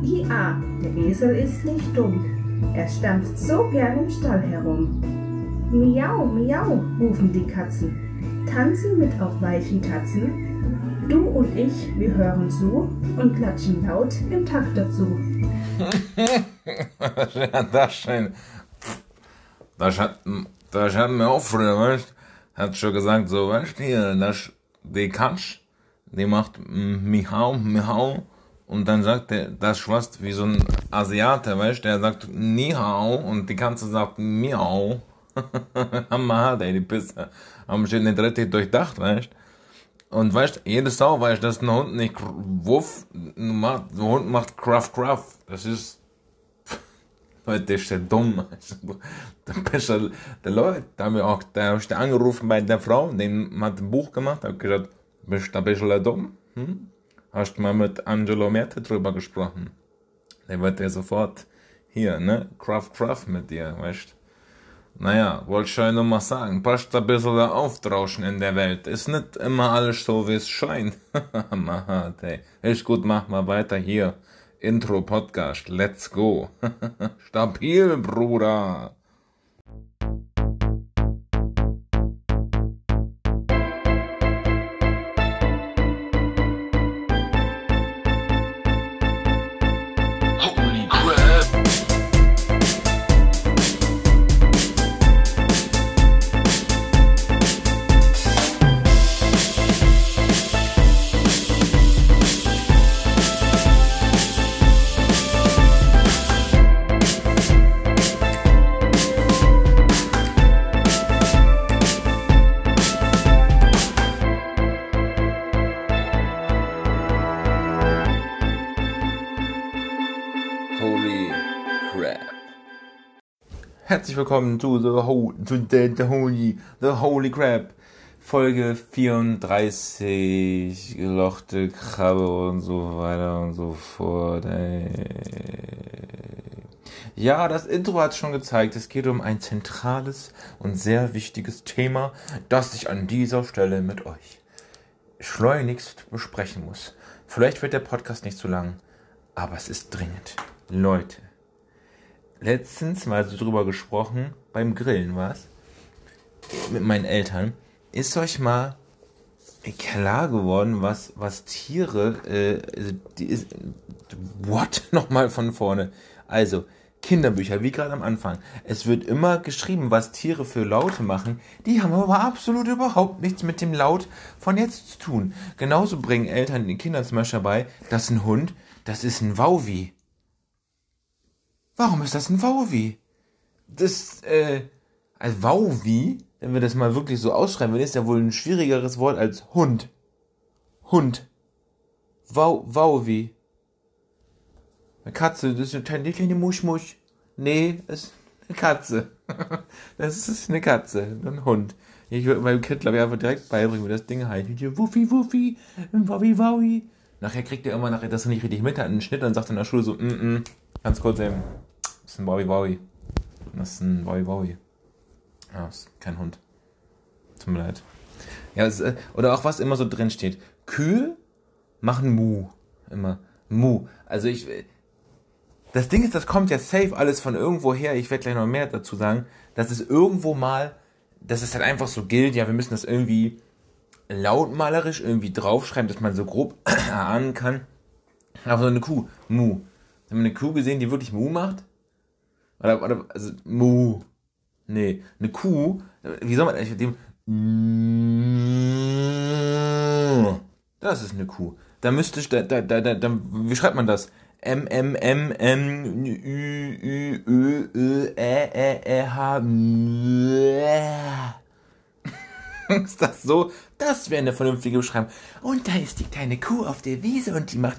IA, der Esel ist nicht dumm. Er stampft so gern im Stall herum. Miau, miau, rufen die Katzen, tanzen mit auf weichen Tatzen. Du und ich, wir hören zu und klatschen laut im Takt dazu. Das hat mir auch früher, weißt, hat schon gesagt, so, weißt, hier, die Katsch, die macht miau, miau, und dann sagt der, das schwast wie so ein Asiate, weißt, der sagt ni hao, und die Katze sagt miau. Hammer, ey, die Pisse. Haben schon nicht richtig durchdacht, weißt. Und weißt, jede Sau weiß, dass ein Hund nicht wuff macht, der Hund macht kraff, kraff. Das ist, Leute, ist der dumm. Der Leute, da hab ich angerufen bei der Frau, den hat ein Buch gemacht, hab gesagt, bist du ein bisschen dumm? Hast du mal mit Angelo Merte drüber gesprochen? Der wird ja sofort hier, ne, kraff mit dir, weißt. Naja, wollte ich nur mal sagen, passt ein bisschen auf draußen in der Welt. Ist nicht immer alles so, wie es scheint. Ist gut, mach mal weiter hier. Intro-Podcast, let's go. Stabil, Bruder. Herzlich willkommen zu The Holy Crap, Folge 34, gelochte Krabbe und so weiter und so fort. Ja, das Intro hat schon gezeigt, es geht um ein zentrales und sehr wichtiges Thema, das ich an dieser Stelle mit euch schleunigst besprechen muss. Vielleicht wird der Podcast nicht zu lang, aber es ist dringend. Leute. Letztens mal so drüber gesprochen, beim Grillen war's, mit meinen Eltern. Ist euch mal klar geworden, was Tiere, nochmal von vorne. Also, Kinderbücher, wie gerade am Anfang. Es wird immer geschrieben, was Tiere für Laute machen. Die haben aber absolut überhaupt nichts mit dem Laut von jetzt zu tun. Genauso bringen Eltern den Kindern zum Beispiel bei, dass ein Hund, das ist ein Wauwi. Warum ist das ein Wauwi? Als Wauwi, wenn wir das mal wirklich so ausschreiben, ist ja wohl ein schwierigeres Wort als Hund. Hund. Wauwi. Eine Katze, das ist eine kleine Muschmusch. Nee, das ist eine Katze. Das ist eine Katze, ein Hund. Ich würde meinem Kind, glaube ich, einfach direkt beibringen, wie das Ding heißt. Wuffi, Wuffi, Wauwi. Nachher kriegt er immer, dass er nicht richtig mit hat, einen Schnitt, dann sagt er in der Schule so, ganz kurz eben, das ist ein Wauwi. Das ist ein Wauwi. Ja, das ist kein Hund. Tut mir leid. Ja, oder auch was immer so drin steht. Kühe machen Mu. Immer. Mu. Also das Ding ist, das kommt ja safe alles von irgendwo her. Ich werde gleich noch mehr dazu sagen. Dass es irgendwo mal, dass es halt einfach so gilt, ja, wir müssen das irgendwie lautmalerisch irgendwie draufschreiben, dass man so grob erahnen kann. Aber so eine Kuh. Mu. Haben wir eine Kuh gesehen, die wirklich Mu macht? Oder also Mu. Nee, eine Kuh, wie soll man eigentlich mit dem das ist eine Kuh. Da müsste ich, wie schreibt man das? Ist das so? Das wäre eine vernünftige Beschreibung. Und da ist die kleine Kuh auf der Wiese und die macht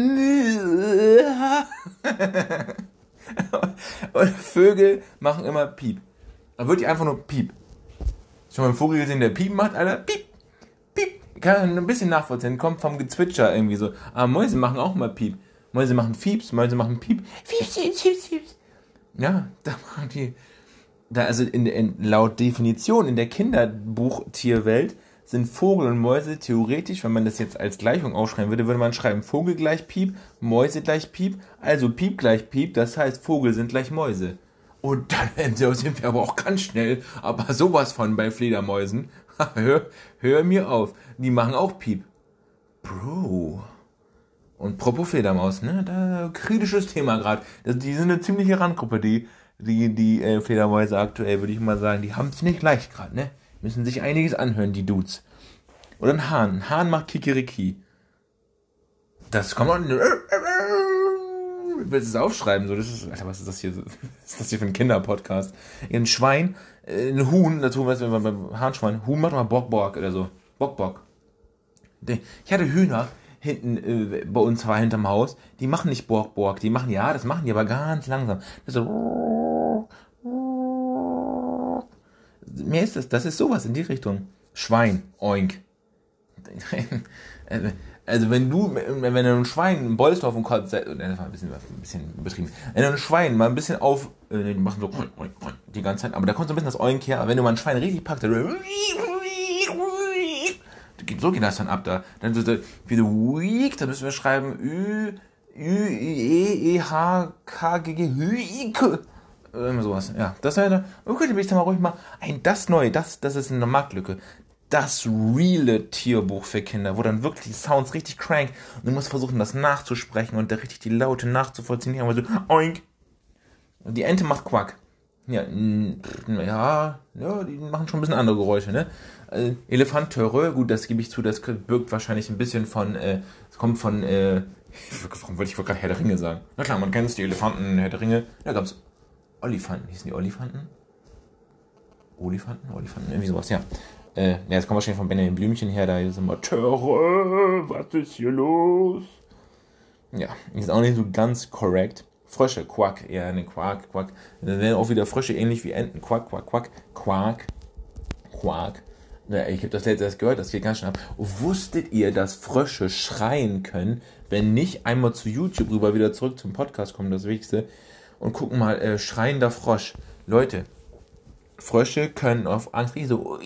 und Vögel machen immer Piep. Dann wird die einfach nur Piep. Schon mal einen Vogel gesehen, der Piep macht, Alter? Piep, Piep. Kann ein bisschen nachvollziehen, kommt vom Gezwitscher irgendwie so. Aber Mäuse machen auch mal Piep. Mäuse machen Fieps, Mäuse machen Piep. Fieps, Fieps, Fieps, Fieps. Ja, da machen die, laut Definition in der Kinderbuchtierwelt sind Vogel und Mäuse theoretisch, wenn man das jetzt als Gleichung aufschreiben würde, würde man schreiben Vogel gleich Piep, Mäuse gleich Piep, also Piep gleich Piep, das heißt Vogel sind gleich Mäuse. Und dann sind wir aber auch ganz schnell, aber sowas von bei Fledermäusen. hör mir auf, die machen auch Piep. Bro. Und apropos Fledermaus, ne, da kritisches Thema gerade. Die sind eine ziemliche Randgruppe, die Fledermäuse aktuell, würde ich mal sagen. Die haben es nicht leicht gerade, ne? Müssen sich einiges anhören, die Dudes. Oder ein Hahn. Ein Hahn macht Kikeriki. Das kommt auch. Willst du es aufschreiben? So, das ist, Alter, was ist das hier? Was ist das hier für ein Kinderpodcast? Ein Schwein, ein Huhn, dazu, weißt du, beim Hahnschwein, Huhn macht mal Bock Bock oder so. Bock Bock. Ich hatte Hühner hinten bei uns war hinterm Haus, die machen nicht Borg Borg, das machen die aber ganz langsam. Das ist so, mehr ist das ist sowas in die Richtung. Schwein, oink. Also wenn du ein Schwein ein Bolster auf dem Kopf, das war ein bisschen übertrieben. Wenn du ein Schwein mal ein bisschen auf, die machen so die ganze Zeit, aber da kommt so ein bisschen das Oink her, aber wenn du mal ein Schwein richtig packst, so geht das dann ab da. Dann so wie du weak, da müssen wir schreiben Ü-E-H-K-G-G Immer sowas. Ja, das wäre okay, bin ich da mal ruhig mal das neu, das ist eine Marktlücke. Das reale Tierbuch für Kinder, wo dann wirklich die Sounds richtig crank und du musst versuchen, das nachzusprechen und da richtig die Laute nachzuvollziehen. Aber so oink. Und die Ente macht Quack. Ja, die machen schon ein bisschen andere Geräusche, ne? Elefant Törö, gut, das gebe ich zu, das birgt wahrscheinlich ein bisschen von, es kommt von, wollte ich gerade Herr der Ringe sagen. Na klar, man kennt es, die Elefanten, Herr der Ringe, da gab's Olifanten, hießen die Olifanten? Olifanten, irgendwie sowas, ja. Das kommt wahrscheinlich von Benjamin Blümchen her, da ist immer Törö, was ist hier los? Ja, ist auch nicht so ganz korrekt. Frösche, Quack, eher eine Quack. Dann werden auch wieder Frösche ähnlich wie Enten. Quack. Ja, ich habe das letzte erst gehört, das geht ganz schnell ab. Wusstet ihr, dass Frösche schreien können, wenn nicht einmal zu YouTube rüber wieder zurück zum Podcast kommen, das Wichtigste, und gucken mal, schreiender Frosch. Leute, Frösche können auf Angst so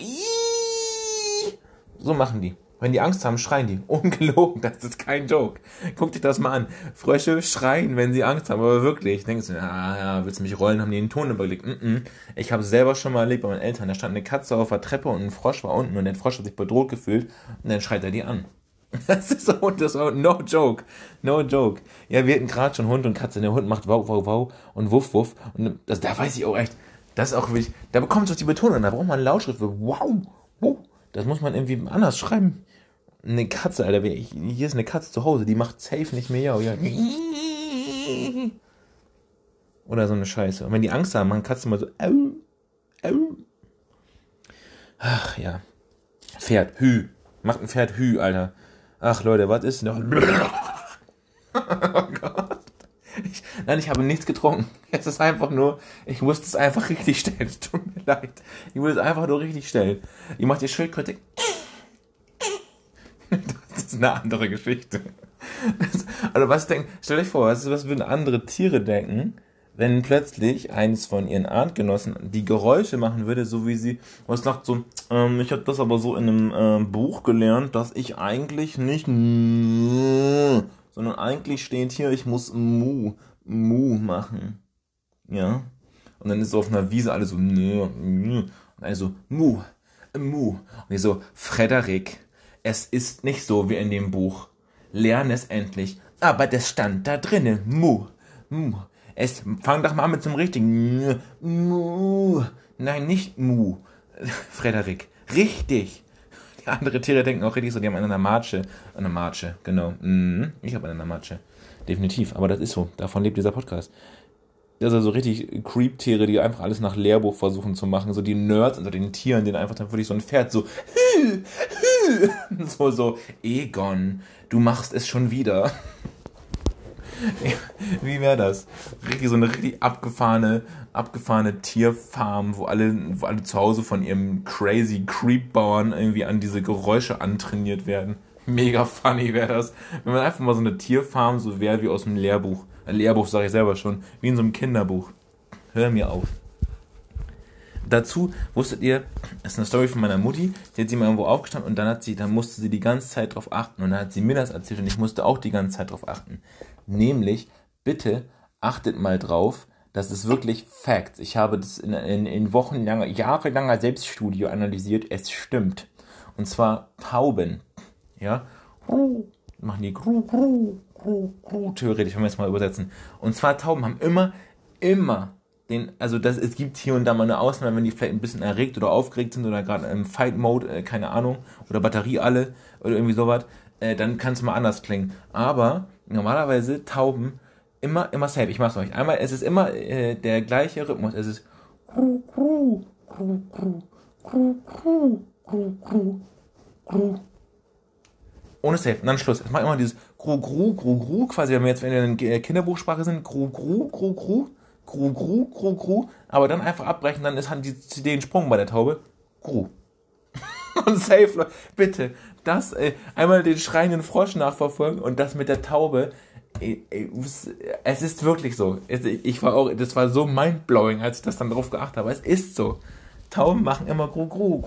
machen die. Wenn die Angst haben, schreien die. Ungelogen, das ist kein Joke. Guck dich das mal an. Frösche schreien, wenn sie Angst haben, aber wirklich. Denkst du, willst du mich rollen, haben die den Ton überlegt. Ich habe selber schon mal erlebt bei meinen Eltern. Da stand eine Katze auf der Treppe und ein Frosch war unten und der Frosch hat sich bedroht gefühlt und dann schreit er die an. Das war no joke. Ja, wir hatten gerade schon Hund und Katze. Der Hund macht wow, wow, wow und wuff, wuff. Und da weiß ich auch echt, das ist auch wirklich, da bekommt es auch die Betonung. Da braucht man eine Lautschrift für wow, wow. Das muss man irgendwie anders schreiben. Eine Katze, Alter, hier ist eine Katze zu Hause, die macht safe nicht mehr ja. Oder so eine Scheiße. Und wenn die Angst haben, machen Katzen mal so au. Ach ja. Pferd, Hü. Macht ein Pferd Hü, Alter. Ach Leute, was ist denn noch? Oh Gott. Ich habe nichts getrunken. Es ist einfach nur, ich musste es einfach richtig stellen. Es tut mir leid. Ich muss es einfach nur richtig stellen. Ihr macht die Schildkröte. Das ist eine andere Geschichte. Stell euch vor, was würden andere Tiere denken, wenn plötzlich eines von ihren Artgenossen die Geräusche machen würde, so wie sie, was sagt so, ich habe das aber so in einem Buch gelernt, dass ich eigentlich nicht sondern eigentlich steht hier, ich muss mu machen. Ja. Und dann ist so auf einer Wiese alle so und alle so mu. Und ich so, Frederik, es ist nicht so wie in dem Buch. Lern es endlich. Aber das stand da drinnen. Mu. Fang doch mal an mit zum richtigen Mu. Nein, nicht Mu. Frederik. Richtig. Die anderen Tiere denken auch richtig so, die haben eine Matsche. Eine Matsche, genau. Ich habe eine Matsche. Definitiv. Aber das ist so. Davon lebt dieser Podcast. Also so richtig Creep-Tiere, die einfach alles nach Lehrbuch versuchen zu machen. So die Nerds unter den Tieren, denen einfach dann wirklich so ein Pferd so so, Egon, du machst es schon wieder. Wie wäre das? Richtig, so eine richtig abgefahrene Tierfarm, wo alle zu Hause von ihrem crazy Creep-Bauern irgendwie an diese Geräusche antrainiert werden. Mega funny wäre das, wenn man einfach mal so eine Tierfarm so wäre wie aus dem Lehrbuch. Lehrbuch sage ich selber schon, wie in so einem Kinderbuch. Hör mir auf. Dazu, wusstet ihr, das ist eine Story von meiner Mutti, die hat sie mal irgendwo aufgestanden und dann musste sie die ganze Zeit drauf achten und dann hat sie mir das erzählt und ich musste auch die ganze Zeit drauf achten. Nämlich, bitte achtet mal drauf, das ist wirklich Facts. Ich habe das in jahrelanger Selbststudie analysiert, es stimmt. Und zwar Tauben, ja, machen die theoretisch, wenn wir es mal übersetzen. Und zwar Tauben haben immer es gibt hier und da mal eine Ausnahme, wenn die vielleicht ein bisschen erregt oder aufgeregt sind oder gerade im Fight-Mode, keine Ahnung, oder Batterie alle oder irgendwie sowas, dann kann es mal anders klingen. Aber normalerweise Tauben immer safe. Ich mach's euch. Einmal, es ist immer der gleiche Rhythmus. Es ist ohne safe. Und dann Schluss. Es macht immer dieses Gru, quasi, wenn wir jetzt in der Kinderbuchsprache sind, Gru, aber dann einfach abbrechen, dann haben die den Sprung bei der Taube. Gru. Und safe, bitte, das, einmal den schreienden Frosch nachverfolgen und das mit der Taube, es ist wirklich so. Das war so mindblowing, als ich das dann drauf geachtet habe. Es ist so. Tauben machen immer Gru.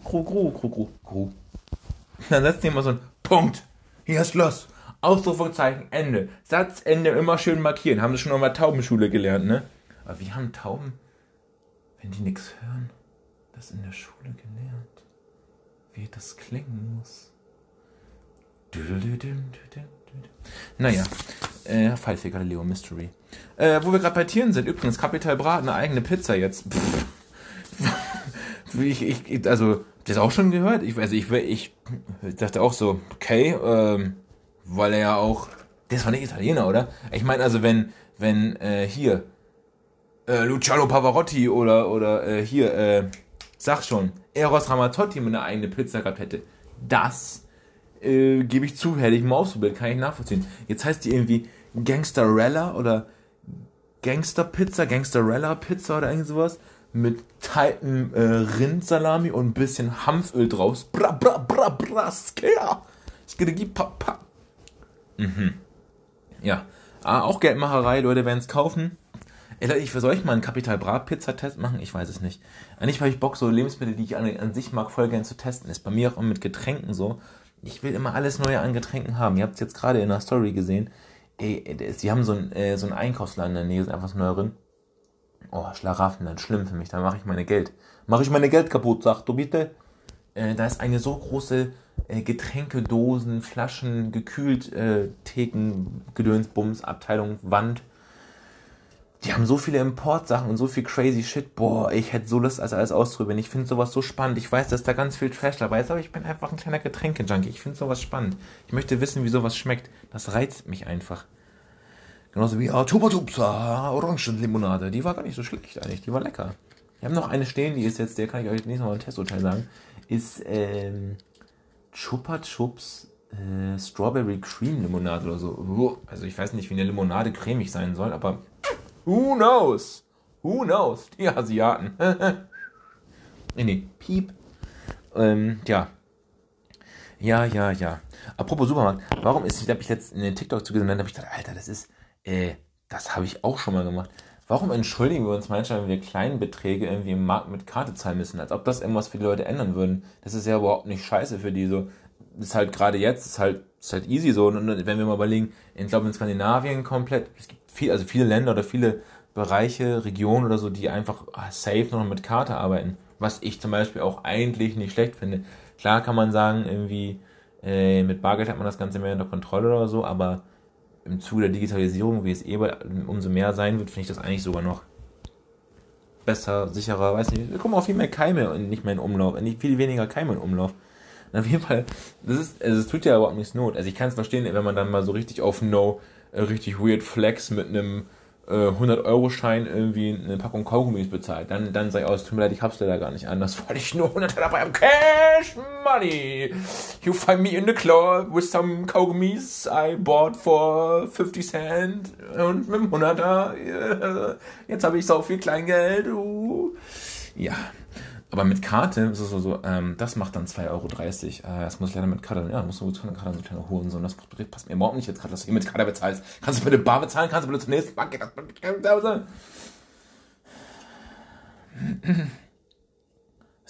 Dann setzt die immer so ein Punkt. Hier ist Schluss. Ausrufungszeichen, Ende. Satzende immer schön markieren. Haben sie schon mal Taubenschule gelernt, ne? Aber wie haben Tauben, wenn die nichts hören, das in der Schule gelernt? Wie das klingen muss. Naja, Pfeife Galileo Mystery. Wo wir gerade bei Tieren sind, übrigens, Capital Bra hat eine eigene Pizza jetzt. Also, das auch schon gehört? Ich dachte auch so, okay, weil er ja auch, das war nicht Italiener, oder? Ich meine, also wenn hier, Luciano Pavarotti oder hier, sag schon, Eros Ramazzotti mit einer eigenen Pizza gehabt hätte, das, gebe ich zu, hätte ich mal ausprobiert, kann ich nachvollziehen. Jetzt heißt die irgendwie Gangsterella oder Gangsterella Pizza oder irgend sowas mit tightem Rindsalami und ein bisschen Hanföl draus. Ja, auch Geldmacherei, Leute werden es kaufen. Soll ich mal einen Capital Bra Pizza-Test machen? Ich weiß es nicht. Eigentlich habe ich Bock, so Lebensmittel, die ich an sich mag, voll gerne zu testen. Ist bei mir auch immer mit Getränken so. Ich will immer alles Neue an Getränken haben. Ihr habt es jetzt gerade in der Story gesehen. Sie haben so einen Einkaufsladen in der Nähe, ist einfach so neu drin. Oh, Schlaraffenland, schlimm für mich. Da mache ich meine Geld kaputt, sag du bitte. Da ist eine so große Getränkedosen, Flaschen, gekühlt, Theken, Gedönsbums, Abteilung, Wand. Die haben so viele Importsachen und so viel crazy Shit. Boah, ich hätte so Lust, alles auszuprobieren. Ich finde sowas so spannend. Ich weiß, dass da ganz viel Trash dabei ist, aber ich bin einfach ein kleiner Getränke-Junkie. Ich finde sowas spannend. Ich möchte wissen, wie sowas schmeckt. Das reizt mich einfach. Genauso wie Chupa Chupsa, Orangenlimonade. Die war gar nicht so schlecht eigentlich. Die war lecker. Wir haben noch eine stehen, die ist jetzt, der kann ich euch nächstes Mal im Testurteil sagen, ist Chupa Chups Strawberry Cream Limonade oder so. Also ich weiß nicht, wie eine Limonade cremig sein soll, aber who knows? Die Asiaten. nee, piep. Ja. Apropos Supermarkt, warum ist, habe ich jetzt in den TikTok zugesehen, dann habe ich gedacht, Alter, das habe ich auch schon mal gemacht. Warum entschuldigen wir uns manchmal, wenn wir kleine Beträge irgendwie im Markt mit Karte zahlen müssen, als ob das irgendwas für die Leute ändern würden? Das ist ja überhaupt nicht scheiße für die, so. Das ist halt gerade jetzt, ist halt easy so. Und wenn wir mal überlegen, ich glaube in Skandinavien komplett, es gibt viele Länder oder viele Bereiche, Regionen oder so, die einfach safe noch mit Karte arbeiten. Was ich zum Beispiel auch eigentlich nicht schlecht finde. Klar kann man sagen, irgendwie mit Bargeld hat man das Ganze mehr unter Kontrolle oder so, aber im Zuge der Digitalisierung, wie es umso mehr sein wird, finde ich das eigentlich sogar noch besser, sicherer, weiß nicht. Wir kommen auch viel mehr Keime und nicht mehr in Umlauf, viel weniger Keime in Umlauf. Und auf jeden Fall, es tut ja überhaupt nichts Not. Also ich kann es verstehen, wenn man dann mal so richtig auf richtig weird Flex mit einem 100-Euro-Schein irgendwie eine Packung Kaugummis bezahlt. Dann sag ich aus, tut mir leid, ich hab's leider gar nicht an. Das wollte ich nur 100 dabei am Cash Money. You find me in the club with some Kaugummis I bought for 50 Cent und mit dem 100er. Jetzt habe ich so viel Kleingeld. Ja. Aber mit Karte ist es so, das macht dann 2,30 Euro. Das muss ich leider mit Karte, ja, muss so mit Karte so ein kleiner Hurensohn. Das passt mir überhaupt nicht jetzt gerade, dass du hier mit Karte bezahlst. Kannst du bitte bar bezahlen? Kannst du bitte zur nächsten Bank gehen?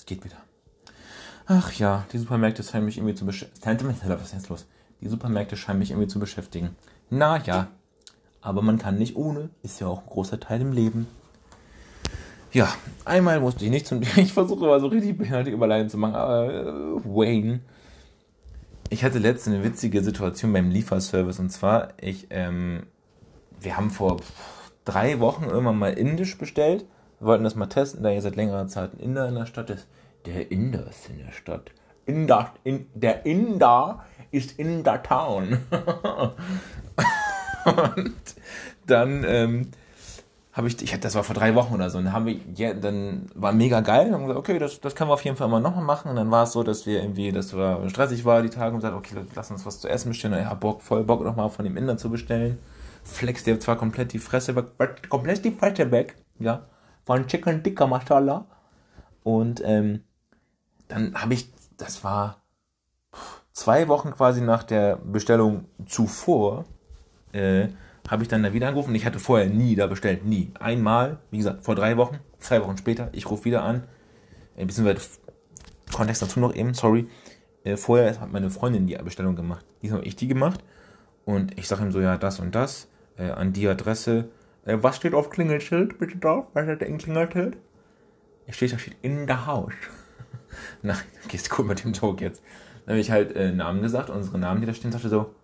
Es geht wieder. Ach ja, die Supermärkte scheinen mich irgendwie zu beschäftigen. Was ist jetzt los? Die Supermärkte scheinen mich irgendwie zu beschäftigen. Naja, aber man kann nicht ohne. Ist ja auch ein großer Teil im Leben. Ja, einmal musste ich nicht zum... Ich versuche aber so richtig behinderte Überleitung zu machen, aber Wayne. Ich hatte letztens eine witzige Situation beim Lieferservice und zwar, wir haben vor 3 Wochen irgendwann mal Indisch bestellt. Wir wollten das mal testen, da hier seit längerer Zeit ein Inder in der Stadt ist. Der Inder ist in der Stadt. Der Inder ist in der Town. Und dann das war vor 3 Wochen oder so, und dann war mega geil, und haben gesagt, okay, das können wir auf jeden Fall mal nochmal machen, und dann war es so, dass das stressig war die Tage, und gesagt, okay, lass uns was zu essen bestellen, und ich hab voll Bock nochmal von dem Inder zu bestellen, flex dir zwar komplett die Fresse weg, ja, von Chicken Tikka Masala, und dann das war 2 Wochen quasi nach der Bestellung zuvor, habe ich dann da wieder angerufen. Ich hatte vorher nie da bestellt, nie. Einmal, wie gesagt, vor 3 Wochen, 2 Wochen später, ich rufe wieder an. Beziehungsweise Kontext dazu noch eben, sorry. Vorher hat meine Freundin die Bestellung gemacht. Diesmal habe ich die gemacht. Und ich sage ihm so, ja, das und das, an die Adresse. Was steht auf Klingelschild, bitte drauf? Was steht in Klingelschild? Da steht in der Haus. Na, gehst du gut mit dem Talk jetzt. Dann habe ich halt Namen gesagt, unsere Namen, die da stehen, sagte so,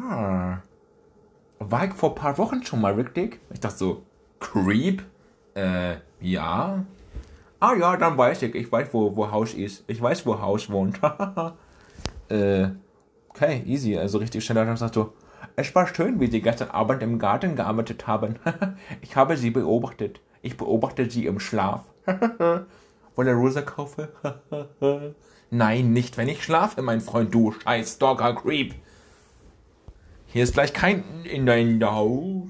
war ich vor ein paar Wochen schon mal richtig? Ich dachte so, Creep? Ja. Ah ja, dann weiß ich weiß, wo Haus ist. Ich weiß, wo Haus wohnt. Okay, easy. Also richtig schnell. Dann sagst du, es war schön, wie Sie gestern Abend im Garten gearbeitet haben. Ich habe Sie beobachtet. Ich beobachte Sie im Schlaf. Wollen wir Rosa kaufen? Nein, nicht, wenn ich schlafe, mein Freund, du scheiß Stalker Creep. Hier ist gleich kein in der Haus.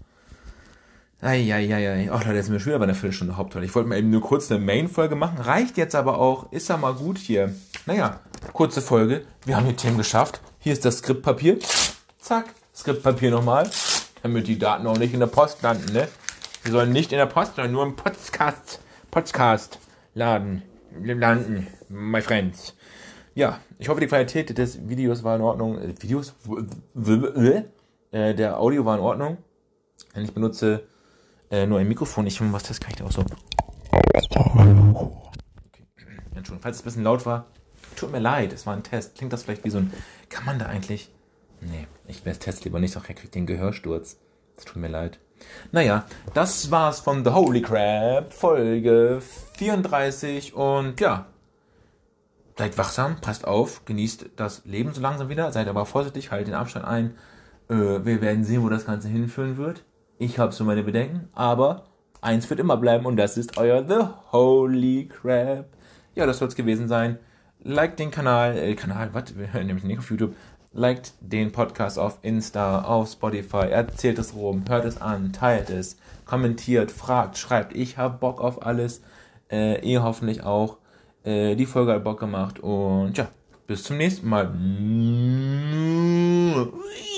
Eieiei. Ach Leute, jetzt sind wir schon wieder bei einer Viertelstunde Hauptteil. Ich wollte mal eben nur kurz eine Main-Folge machen. Reicht jetzt aber auch. Ist ja mal gut hier. Naja, kurze Folge. Wir haben die Themen geschafft. Hier ist das Skriptpapier. Zack, Skriptpapier nochmal. Damit die Daten auch nicht in der Post landen, ne? Die sollen nicht in der Post, sondern nur im Podcast landen, my friends. Ja, ich hoffe, die Qualität des Videos war in Ordnung. Der Audio war in Ordnung. Ich benutze nur ein Mikrofon. Was das kann ich da auch so. Okay. Entschuldigung, falls es ein bisschen laut war. Tut mir leid, es war ein Test. Klingt das vielleicht wie so ein... Kann man da eigentlich... Nee, ich test lieber nicht, doch er kriegt den Gehörsturz. Das tut mir leid. Naja, das war's von The Holy Crap, Folge 34 und ja, seid wachsam, passt auf, genießt das Leben so langsam wieder, seid aber vorsichtig, haltet den Abstand ein. Wir werden sehen, wo das Ganze hinführen wird. Ich habe so meine Bedenken, aber eins wird immer bleiben und das ist euer The Holy Crap. Ja, das soll es gewesen sein. Liked den Kanal, nämlich nicht auf YouTube. Liked den Podcast auf Insta, auf Spotify, erzählt es rum, hört es an, teilt es, kommentiert, fragt, schreibt. Ich hab Bock auf alles, ihr hoffentlich auch. Die Folge hat Bock gemacht und ja, bis zum nächsten Mal.